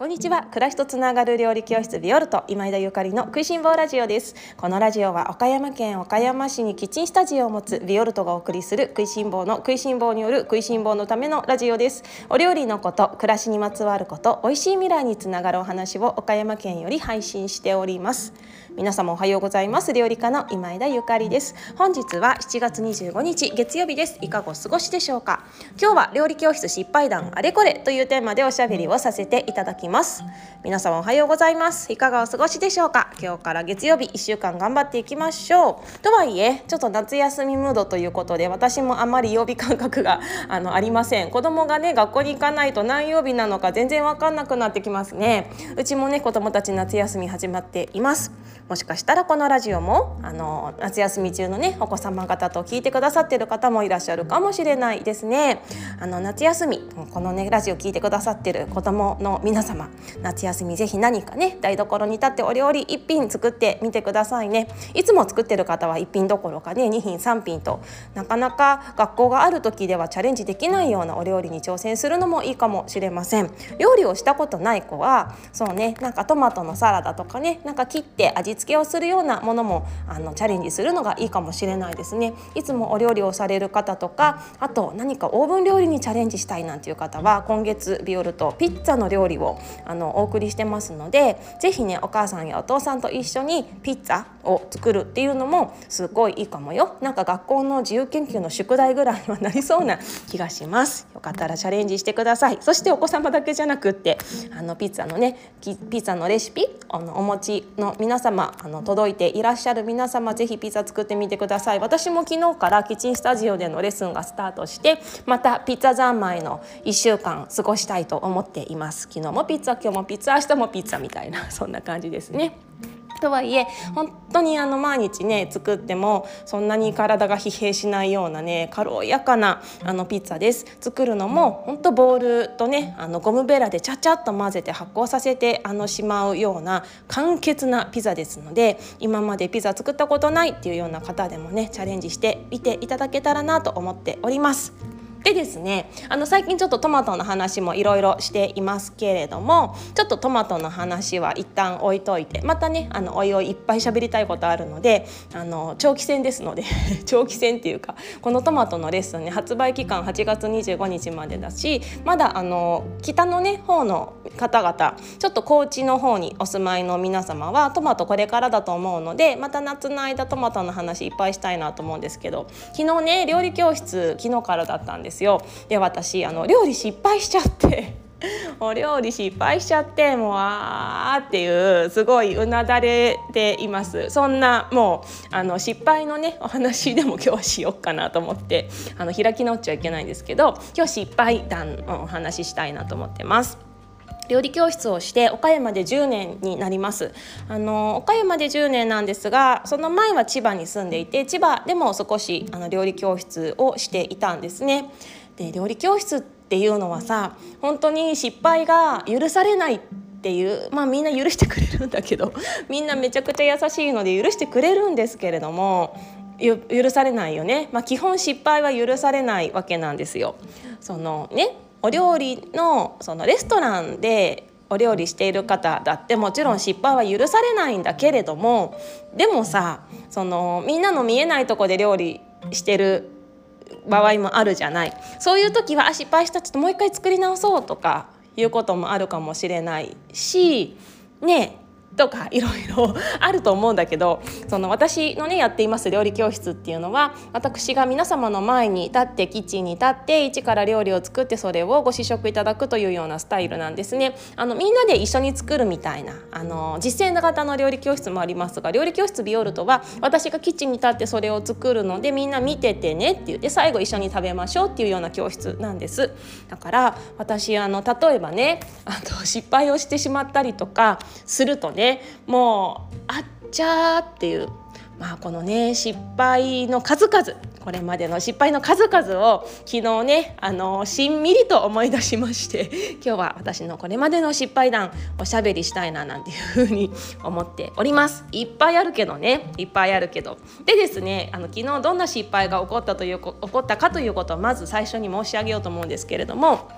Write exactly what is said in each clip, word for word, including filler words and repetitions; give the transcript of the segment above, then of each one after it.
こんにちは。暮らしとつながる料理教室ビオルト今井田ゆかりの食いしん坊ラジオです。このラジオは岡山県岡山市にキッチンスタジオを持つビオルトがお送りする食いしん坊の食いしん坊による食いしん坊のためのラジオです。お料理のこと、暮らしにまつわること、美味しい未来につながるお話を岡山県より配信しております。皆様おはようございます。料理家の今井田ゆかりです。本日はしちがつにじゅうごにち月曜日です。いかがお過ごしでしょうか。今日は料理教室失敗談あれこれというテーマでおしゃべりをさせていただきます。皆様おはようございます。いかがお過ごしでしょうか。今日から月曜日いっしゅうかん頑張っていきましょう。とはいえちょっと夏休みムードということで、私もあまり曜日感覚が あのありません。子供がね学校に行かないと何曜日なのか全然わかんなくなってきますね。うちもね子供たち夏休み始まっています。もしかしたらこのラジオもあの夏休み中のねお子様方と聞いてくださっている方もいらっしゃるかもしれないですね。あの夏休みこのねラジオ聞いてくださっている子供の皆様、夏休みぜひ何かね台所に立ってお料理一品作ってみてくださいね。いつも作ってる方は一品どころかねに品さん品となかなか学校がある時ではチャレンジできないようなお料理に挑戦するのもいいかもしれません。料理をしたことない子はそうねなんかトマトのサラダとかねなんか切って味付けをするようなものもあのチャレンジするのがいいかもしれないですね。いつもお料理をされる方とか、あと何かオーブン料理にチャレンジしたいなんていう方は今月ビオルトピッツァの料理をあのお送りしてますので、ぜひねお母さんやお父さんと一緒にピッツァを作るっていうのもすごいいいかもよ。なんか学校の自由研究の宿題ぐらいにはなりそうな気がします。よかったらチャレンジしてください。そしてお子様だけじゃなくってあのピッツァのねピッツァのレシピあのお持ちの皆様、あの届いていらっしゃる皆様、ぜひピザ作ってみてください。私も昨日からキッチンスタジオでのレッスンがスタートして、またピッツァ三昧のいっしゅうかん過ごしたいと思っています。昨日もピッツァ、今日もピッツァ、明日もピッツァみたいなそんな感じですね。とはいえ本当にあの毎日ね作ってもそんなに体が疲弊しないようなね軽やかなあのピッツァです。作るのも本当ボウルとねあのゴムベラでちゃちゃっと混ぜて発酵させてあのしまうような簡潔なピザですので、今までピザ作ったことないっていうような方でもねチャレンジしてみていただけたらなと思っております。でですね、あの最近ちょっとトマトの話もいろいろしていますけれども、ちょっとトマトの話は一旦置いといて、またねあのおいおいいっぱい喋りたいことあるので、あの長期戦ですので長期戦っていうかこのトマトのレッスンね発売期間はちがつにじゅうごにちまでだし、まだあの北のね方の方々、ちょっと高知の方にお住まいの皆様はトマトこれからだと思うので、また夏の間トマトの話いっぱいしたいなと思うんですけど、昨日ね料理教室昨日からだったんですで、私あの料理失敗しちゃってお料理失敗しちゃってもうあーっていうすごいうなだれています。そんなもうあの失敗のねお話でも今日はしようかなと思って、あの開き直っちゃいけないんですけど、今日失敗談のお話ししたいなと思ってます。料理教室をして岡山でじゅうねんになります。あの岡山でじゅうねんなんですが、その前は千葉に住んでいて、千葉でも少しあの料理教室をしていたんですね。で料理教室っていうのはさ、本当に失敗が許されないっていう、まあみんな許してくれるんだけどみんなめちゃくちゃ優しいので許してくれるんですけれども、許されないよね。まあ、基本失敗は許されないわけなんですよ。そのねお料理のそのレストランでお料理している方だってもちろん失敗は許されないんだけれども、でもさそのみんなの見えないとこで料理してる場合もあるじゃない。そういう時はあ失敗したちょっともう一回作り直そうとかいうこともあるかもしれないしねとかいろいろあると思うんだけど、その私のねやっています料理教室っていうのは、私が皆様の前に立ってキッチンに立って一から料理を作ってそれをご試食いただくというようなスタイルなんですね。あのみんなで一緒に作るみたいなあの実践型の料理教室もありますが、料理教室ビオルトは私がキッチンに立ってそれを作るのでみんな見ててねって言って最後一緒に食べましょうっていうような教室なんです。だから私あの例えばねあの失敗をしてしまったりとかするとね、もうあっちゃーっていう、まあ、このね失敗の数々、これまでの失敗の数々を昨日ねあのしんみりと思い出しまして、今日は私のこれまでの失敗談おしゃべりしたいななんていうふうに思っております。いっぱいあるけどねいっぱいあるけどでですね、あの昨日どんな失敗が起こったという起こったかということをまず最初に申し上げようと思うんですけれども、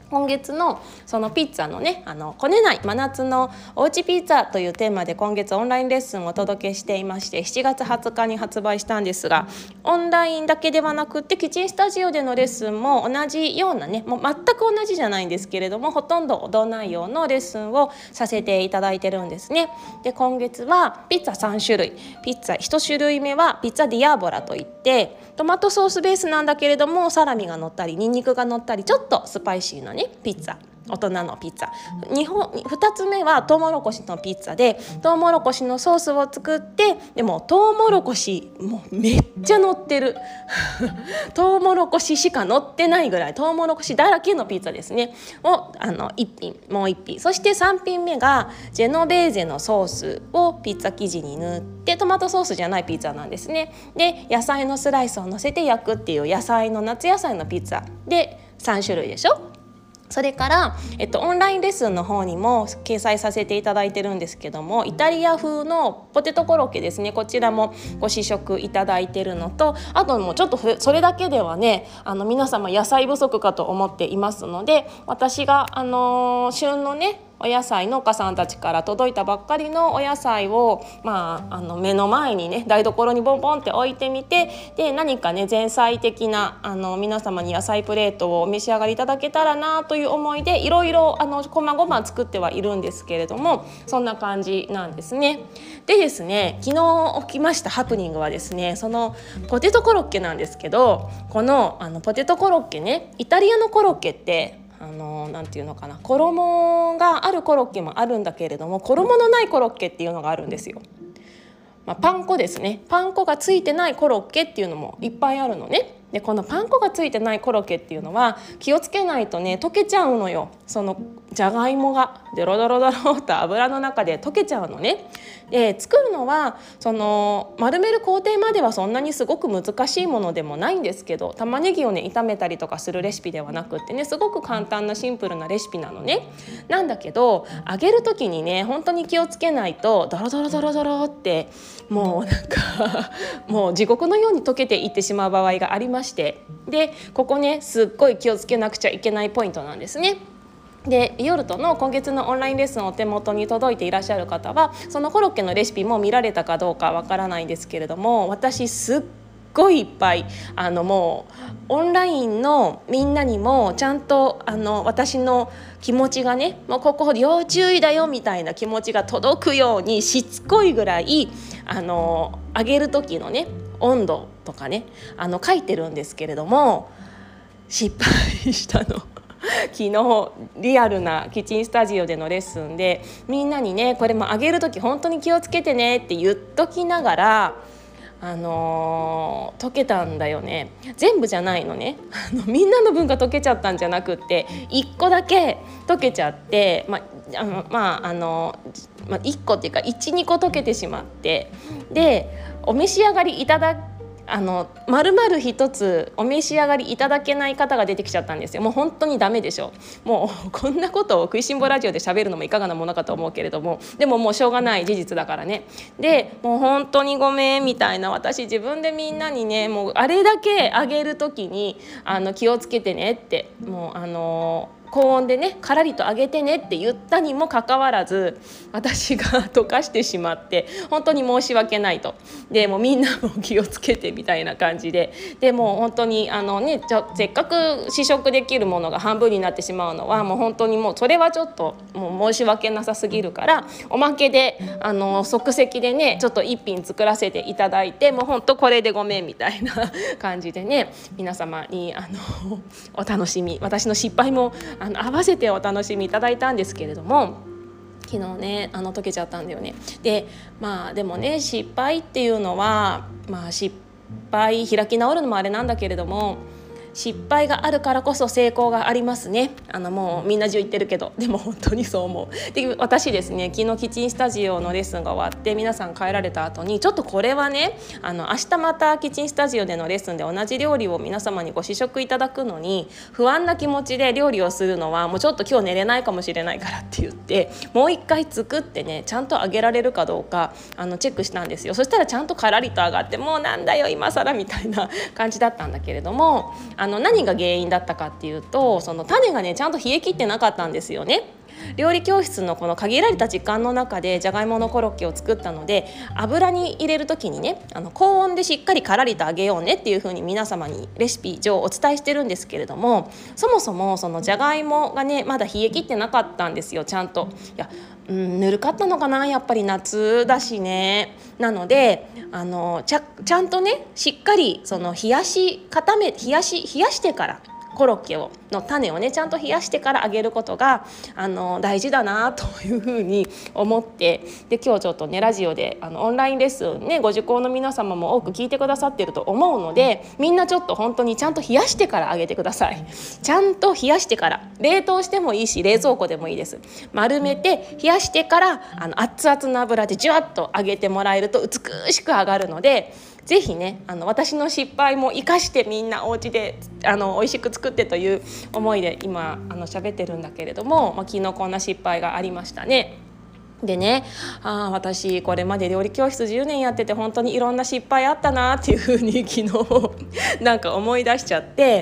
今月のそのピッツァのね、あのこねない真夏のおうちピッツァというテーマで今月オンラインレッスンをお届けしていまして、しちがつはつかに発売したんですが、オンラインだけではなくってキッチンスタジオでのレッスンも同じようなね、もう全く同じじゃないんですけれども、ほとんど同内容のレッスンをさせていただいてるんですね。で今月はピッツァさんしゅるい、ピッツァいち種類目はピッツァディアーボラといってトマトソースベースなんだけれどもサラミが乗ったりニンニクが乗ったりちょっとスパイシーなねピッツァ、大人のピッツァ。にほんふたつめはトウモロコシのピッツァで、トウモロコシのソースを作って、でもトウモロコシもうめっちゃ乗ってるトウモロコシしか乗ってないぐらいトウモロコシだらけのピッツァですねをあのいっぴん、もういっぴん、そしてさん品目がジェノベーゼのソースをピッツァ生地に塗ってトマトソースじゃないピッツァなんですね。で野菜のスライスを乗せて焼くっていう野菜の夏野菜のピッツァでさんしゅるいでしょ。それから、えっと、オンラインレッスンの方にも掲載させていただいてるんですけども、イタリア風のポテトコロッケですね、こちらもご試食いただいてるのと、あともうちょっとそれだけではね、あの皆様野菜不足かと思っていますので、私が、あのー、旬のねお野菜農家さんたちから届いたばっかりのお野菜を、まあ、あの目の前にね台所にボンボンって置いてみて、で何かね前菜的なあの皆様に野菜プレートをお召し上がりいただけたらなという思いでいろいろあのこまごま作ってはいるんですけれども、そんな感じなんですね。でですね、昨日起きましたハプニングはですね、そのポテトコロッケなんですけど、このあのポテトコロッケね、イタリアのコロッケってあのなんていうのかな、衣があるコロッケもあるんだけれども衣のないコロッケっていうのがあるんですよ。まあ、パン粉ですね、パン粉がついてないコロッケっていうのもいっぱいあるのね。でこのパン粉がついてないコロッケっていうのは気をつけないとね溶けちゃうのよ。そのじゃがいもがドロドロドロと油の中で溶けちゃうのね。で作るのはその丸める工程まではそんなにすごく難しいものでもないんですけど、玉ねぎをね炒めたりとかするレシピではなくってね、すごく簡単なシンプルなレシピなのね。なんだけど揚げる時にね本当に気をつけないとドロドロドロドロってもうなんかもう地獄のように溶けていってしまう場合があります。ましてでここねすっごい気をつけなくちゃいけないポイントなんですね。でビオルトの今月のオンラインレッスンをお手元に届いていらっしゃる方はそのコロッケのレシピも見られたかどうかわからないんですけれども、私すっごいいっぱいあのもうオンラインのみんなにもちゃんとあの私の気持ちがね、もうここ要注意だよみたいな気持ちが届くようにしつこいぐらいあの揚げる時のね温度とかねあの書いてるんですけれども、失敗したの昨日リアルなキッチンスタジオでのレッスンでみんなにねこれも揚げる時本当に気をつけてねって言っときながらあのー、溶けたんだよね。全部じゃないのね、あのみんなの分が溶けちゃったんじゃなくっていっこだけ溶けちゃって、まあのまああのまあ、いっこっていうか いち,に 個溶けてしまって、でお召し上がりいただあの丸々一つお召し上がりいただけない方が出てきちゃったんですよ。もう本当にダメでしょ。もうこんなことを食いしん坊ラジオで喋るのもいかがなものかと思うけれども、でももうしょうがない事実だからね。でもう本当にごめんみたいな、私自分でみんなにねもうあれだけあげる時にあの気をつけてねってもうあの高温でねカラリと揚げてねって言ったにもかかわらず私が溶かしてしまって本当に申し訳ないと。でもうみんなも気をつけてみたいな感じで、でもう本当にあの、ね、ちょせっかく試食できるものが半分になってしまうのはもう本当にもうそれはちょっともう申し訳なさすぎるから、おまけであの即席でねちょっと一品作らせていただいて、もう本当これでごめんみたいな感じでね皆様にあのお楽しみ、私の失敗もあの合わせてお楽しみいただいたんですけれども、昨日ねあの溶けちゃったんだよね。でまあでもね失敗っていうのはまあ失敗開き直るのもあれなんだけれども、失敗があるからこそ成功がありますね。あのもうみんな中言ってるけど、でも本当にそう思う。で私ですね昨日キッチンスタジオのレッスンが終わって皆さん帰られた後にちょっとこれはねあの明日またキッチンスタジオでのレッスンで同じ料理を皆様にご試食いただくのに不安な気持ちで料理をするのはもうちょっと今日寝れないかもしれないからって言ってもう一回作ってねちゃんと揚げられるかどうかあのチェックしたんですよ。そしたらちゃんとカラリと揚がってもうなんだよ今更みたいな感じだったんだけれども、ああの何が原因だったかっていうと、その種がねちゃんと冷え切ってなかったんですよね。料理教室のこの限られた時間の中でじゃがいものコロッケを作ったので、油に入れる時にねあの高温でしっかりカラリと揚げようねっていう風に皆様にレシピ上お伝えしてるんですけれども、そもそもそのじゃがいもがねまだ冷え切ってなかったんですよ。ちゃんといやうん、ぬるかったのかな、やっぱり夏だしね。なのであのちゃ、ちゃんとねしっかりその冷やし固め冷やし冷やしてからコロッケをの種をねちゃんと冷やしてから揚げることがあの大事だなというふうに思って、で今日ちょっとねラジオであのオンラインレッスンねご受講の皆様も多く聞いてくださってると思うので、みんなちょっと本当にちゃんと冷やしてから揚げてください。ちゃんと冷やしてから、冷凍してもいいし冷蔵庫でもいいです。丸めて冷やしてからあの熱々の油でジュワッと揚げてもらえると美しく揚がるので、ぜひねあの私の失敗も生かしてみんなお家であの美味しく作ってという思いで今あの喋ってるんだけれども、まあ、昨日こんな失敗がありましたね。でね、あ私これまで料理教室じゅうねんやってて本当にいろんな失敗あったなっていう風に昨日なんか思い出しちゃって、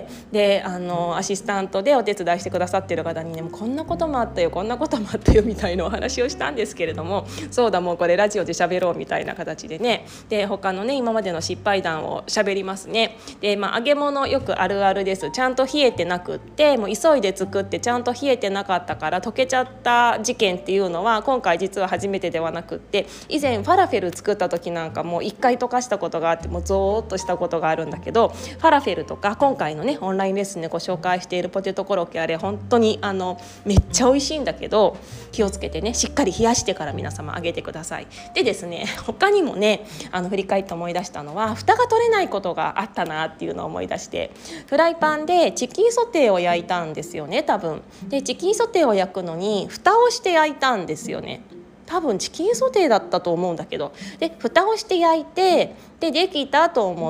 であのアシスタントでお手伝いしてくださってる方にねもうこんなこともあったよこんなこともあったよみたいなお話をしたんですけれども、そうだもうこれラジオで喋ろうみたいな形でね、で他のね今までの失敗談を喋りますね。で、まあ、揚げ物よくあるあるです。ちゃんと冷えてなくってもう急いで作ってちゃんと冷えてなかったから溶けちゃった事件っていうのは今回実は初めてではなくって、以前ファラフェル作った時なんかもいっかい溶かしたことがあって、もうゾーっとしたことがあるんだけど、ファラフェルとか今回のねオンラインレッスンでご紹介しているポテトコロッケ、あれ本当にあのめっちゃ美味しいんだけど、気をつけてねしっかり冷やしてから皆様揚げてください。でですね、他にもねあの振り返って思い出したのは蓋が取れないことがあったなっていうのを思い出して、フライパンでチキンソテーを焼いたんですよね多分。でチキンソテーを焼くのに蓋をして焼いたんですよね。多分チキンソテーだったと思うんだけど、で蓋をして焼いて、でできたと思って、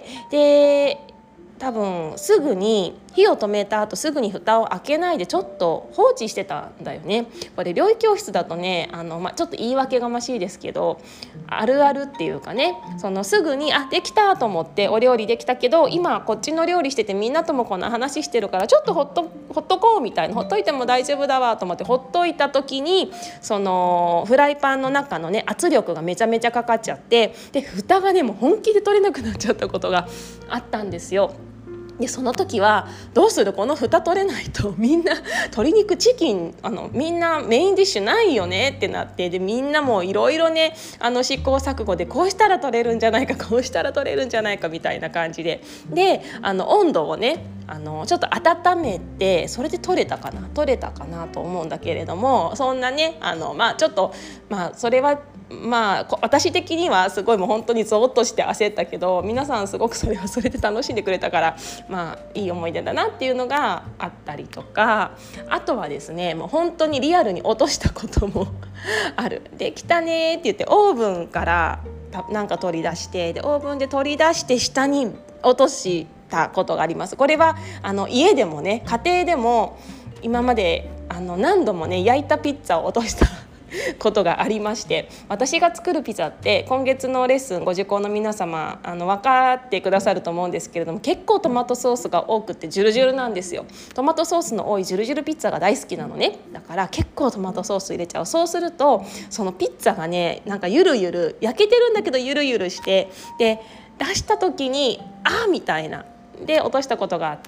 で多分すぐに火を止めた後すぐに蓋を開けないでちょっと放置してたんだよね。これ料理教室だとねあの、まあ、ちょっと言い訳がましいですけど、あるあるっていうかね、そのすぐにあできたと思ってお料理できたけど今こっちの料理しててみんなともこんな話してるからちょっとほっとほっとこうみたいな、ほっといても大丈夫だわと思ってほっといた時に、そのフライパンの中のね圧力がめちゃめちゃかかっちゃって、で蓋がねもう本気で取れなくなっちゃったことがあったんですよ。でその時はどうする、この蓋取れないとみんな鶏肉チキンあのみんなメインディッシュないよねってなって、でみんなもいろいろねあの試行錯誤でこうしたら取れるんじゃないかこうしたら取れるんじゃないかみたいな感じで、であの温度をねあのちょっと温めて、それで取れたかな取れたかなと思うんだけれども、そんなねあの、まあ、ちょっと、まあ、それはまあ私的にはすごいもう本当にゾーッとして焦ったけど、皆さんすごくそれはそれで楽しんでくれたから、まあいい思い出だなっていうのがあったりとか、あとはですねもう本当にリアルに落としたこともある。できたねって言ってオーブンからなんか取り出して、でオーブンで取り出して下に落としたことがあります。これはあの家でもね家庭でも今まであの何度もね焼いたピッツァを落としたことがありまして、私が作るピザって今月のレッスンご受講の皆様あの分かってくださると思うんですけれども、結構トマトソースが多くてジュルジュルなんですよ。トマトソースの多いジュルジュルピッツァが大好きなのね。だから結構トマトソース入れちゃう。そうするとそのピッツァがねなんかゆるゆる焼けてるんだけどゆるゆるして、で出した時にあーみたいなで落としたことがあって、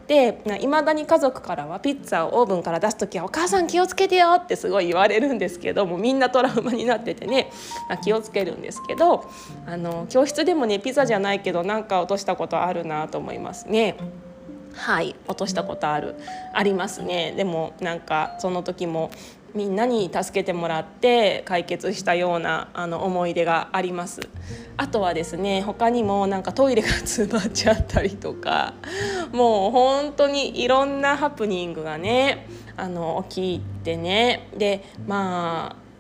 いまだに家族からはピッツァをオーブンから出す時はお母さん気をつけてよってすごい言われるんですけども、みんなトラウマになっててね気をつけるんですけど、あの教室でもねピザじゃないけどなんか落としたことあるなと思いますね。はい落としたことあるありますね。でもなんかその時もみんなに助けてもらって解決したようなあの思い出があります。あとはですね他にもなんかトイレが詰まっちゃったりとか、もう本当にいろんなハプニングがねあの起きてね、でまあ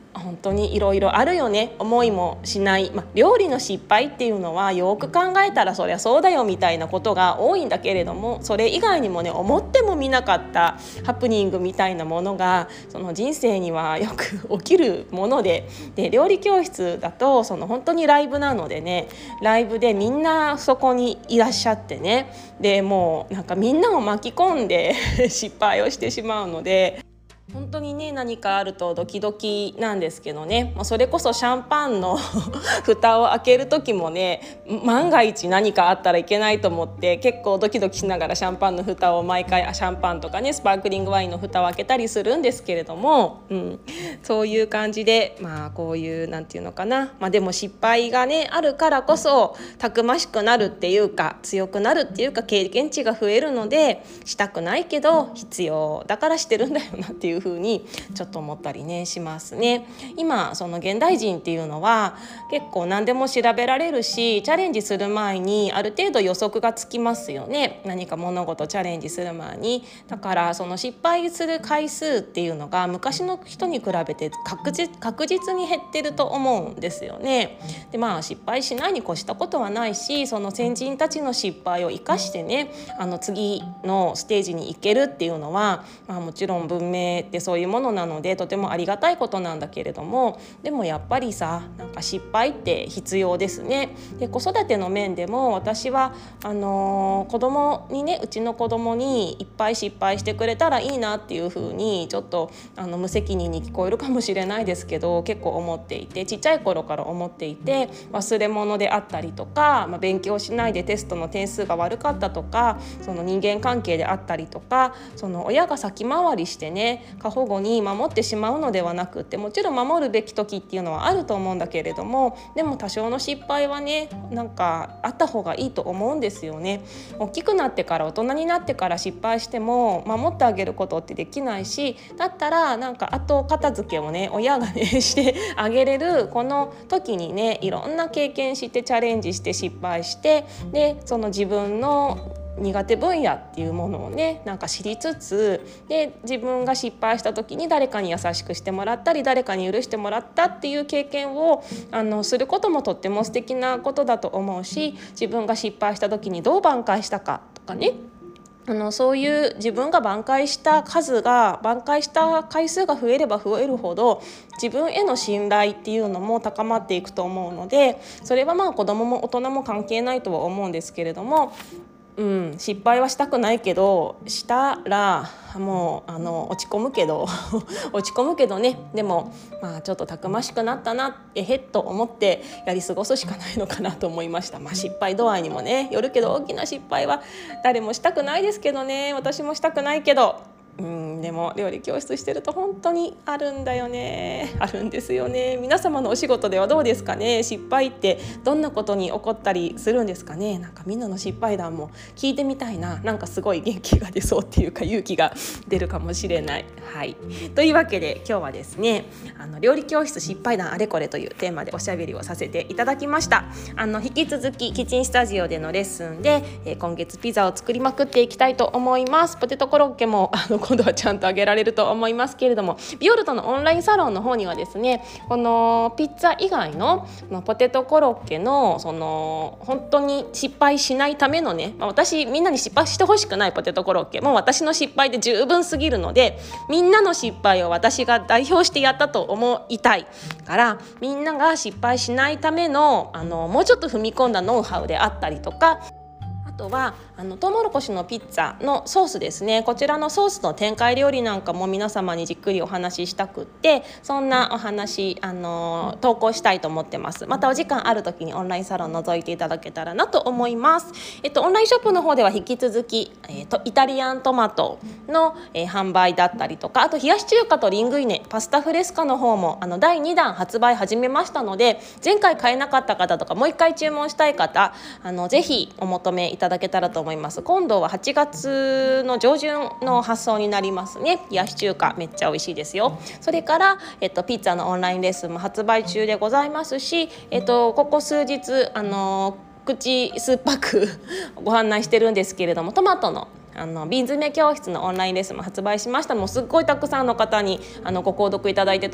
本当にいろいろあるよね。思いもしない、まあ、料理の失敗っていうのはよく考えたらそりゃそうだよみたいなことが多いんだけれども、それ以外にもね、思ってもみなかったハプニングみたいなものがその人生にはよく起きるもので、で料理教室だとその本当にライブなのでね、ライブでみんなそこにいらっしゃってね、でもうなんかみんなを巻き込んで失敗をしてしまうので、本当にね、何かあるとドキドキなんですけどね、それこそシャンパンの蓋を開ける時もね、万が一何かあったらいけないと思って結構ドキドキしながらシャンパンの蓋を毎回、シャンパンとかねスパークリングワインの蓋を開けたりするんですけれども、うん、そういう感じで、まあこういうなんていうのかな、まあ、でも失敗がねあるからこそたくましくなるっていうか、強くなるっていうか、経験値が増えるので、したくないけど必要だからしてるんだよなっていう風にちょっと思ったりねしますね。今その現代人っていうのは結構何でも調べられるし、チャレンジする前にある程度予測がつきますよね。何か物事チャレンジする前に。だからその失敗する回数っていうのが昔の人に比べて確実、確実に減ってると思うんですよね。でまあ失敗しないに越したことはないし、その先人たちの失敗を生かしてね、あの次のステージに行けるっていうのは、まあ、もちろん文明ってそういうものなのでとてもありがたいことなんだけれども、でもやっぱりさ、なんか失敗って必要ですね。で子育ての面でも私はあのー、子供にね、うちの子供にいっぱい失敗してくれたらいいなっていう風にちょっとあの無責任に聞こえるかもしれないですけど、結構思っていて、ちっちゃい頃から思っていて、忘れ物であったりとか、まあ、勉強しないでテストの点数が悪かったとか、その人間関係であったりとか、その親が先回りしてね過保護に守ってしまうのではなくって、もちろん守るべき時っていうのはあると思うんだけれども、でも多少の失敗はね、なんかあった方がいいと思うんですよね。大きくなってから、大人になってから失敗しても守ってあげることってできないし、だったらなんか後片付けをね親がねしてあげれるこの時にね、いろんな経験してチャレンジして失敗して、でその自分の苦手分野っていうものをねなんか知りつつ、で自分が失敗した時に誰かに優しくしてもらったり、誰かに許してもらったっていう経験をあのすることもとっても素敵なことだと思うし、自分が失敗した時にどう挽回したかとかね、あのそういう自分が挽回した数が挽回した回数が増えれば増えるほど自分への信頼っていうのも高まっていくと思うので、それはまあ子供も大人も関係ないとは思うんですけれども、うん、失敗はしたくないけど、したらもうあの落ち込むけど落ち込むけどね、でもまあちょっとたくましくなったな、えへっと思ってやり過ごすしかないのかなと思いました。まあ、失敗度合いにもねよるけど、大きな失敗は誰もしたくないですけどね、私もしたくないけど、うん、でも料理教室してると本当にあるんだよね、あるんですよね。皆様のお仕事ではどうですかね。失敗ってどんなことに起こったりするんですかね。なんかみんなの失敗談も聞いてみたいな。なんかすごい元気が出そうっていうか勇気が出るかもしれない。はい、というわけで今日はですね、あの料理教室失敗談あれこれというテーマでおしゃべりをさせていただきました。あの引き続きキッチンスタジオでのレッスンで、えー、今月ピザを作りまくっていきたいと思います。ポテトコロッケもあの今度はちゃんとあげられると思いますけれども、ビオルトのオンラインサロンの方にはですね、このピッツァ以外のポテトコロッケのその本当に失敗しないためのね、私みんなに失敗してほしくないポテトコロッケ、もう私の失敗で十分すぎるので、みんなの失敗を私が代表してやったと思いたいから、みんなが失敗しないためのあのもうちょっと踏み込んだノウハウであったりとか、あとはあのトウモロコシのピッツァのソースですね。こちらのソースの展開料理なんかも皆様にじっくりお話ししたくって、そんなお話あの投稿したいと思ってます。またお時間ある時にオンラインサロン覗いていただけたらなと思います。えっと、オンラインショップの方では引き続き、えっと、イタリアントマトの、えー、販売だったりとか、あと冷やし中華とリングイネ、パスタフレスカの方もあのだいにだん発売始めましたので、前回買えなかった方とかもう一回注文したい方、あのぜひお求めいただけたらと思います。今度ははちがつの上旬の発送になりますね。冷やし中華めっちゃ美味しいですよ。それから、えっと、ピッツァのオンラインレッスンも発売中でございますし、えっと、ここ数日あの口酸っぱくご案内してるんですけれども、トマトのあの瓶詰め教室のオンラインレッスンも発売しました。もうすっごいたくさんの方にあのご購読いただいてとって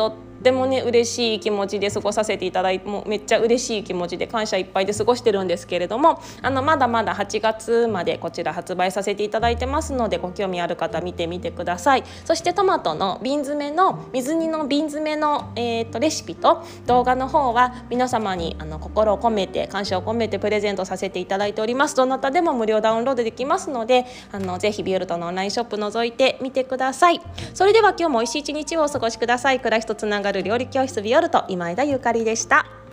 ってもね嬉しい気持ちで過ごさせていただいて、もうめっちゃ嬉しい気持ちで感謝いっぱいで過ごしてるんですけれども、あのまだまだはちがつまでこちら発売させていただいてますので、ご興味ある方見てみてください。そしてトマトの瓶詰めの水煮の瓶詰めの、えー、とレシピと動画の方は皆様にあの心を込めて感謝を込めてプレゼントさせていただいております。どなたでも無料ダウンロードできますので、あのぜひビオルトのオンラインショップ覗いてみてください。それでは今日も美味しい一日をお過ごしください。暮らしとつながる料理教室ビオルト、今枝ゆかりでした。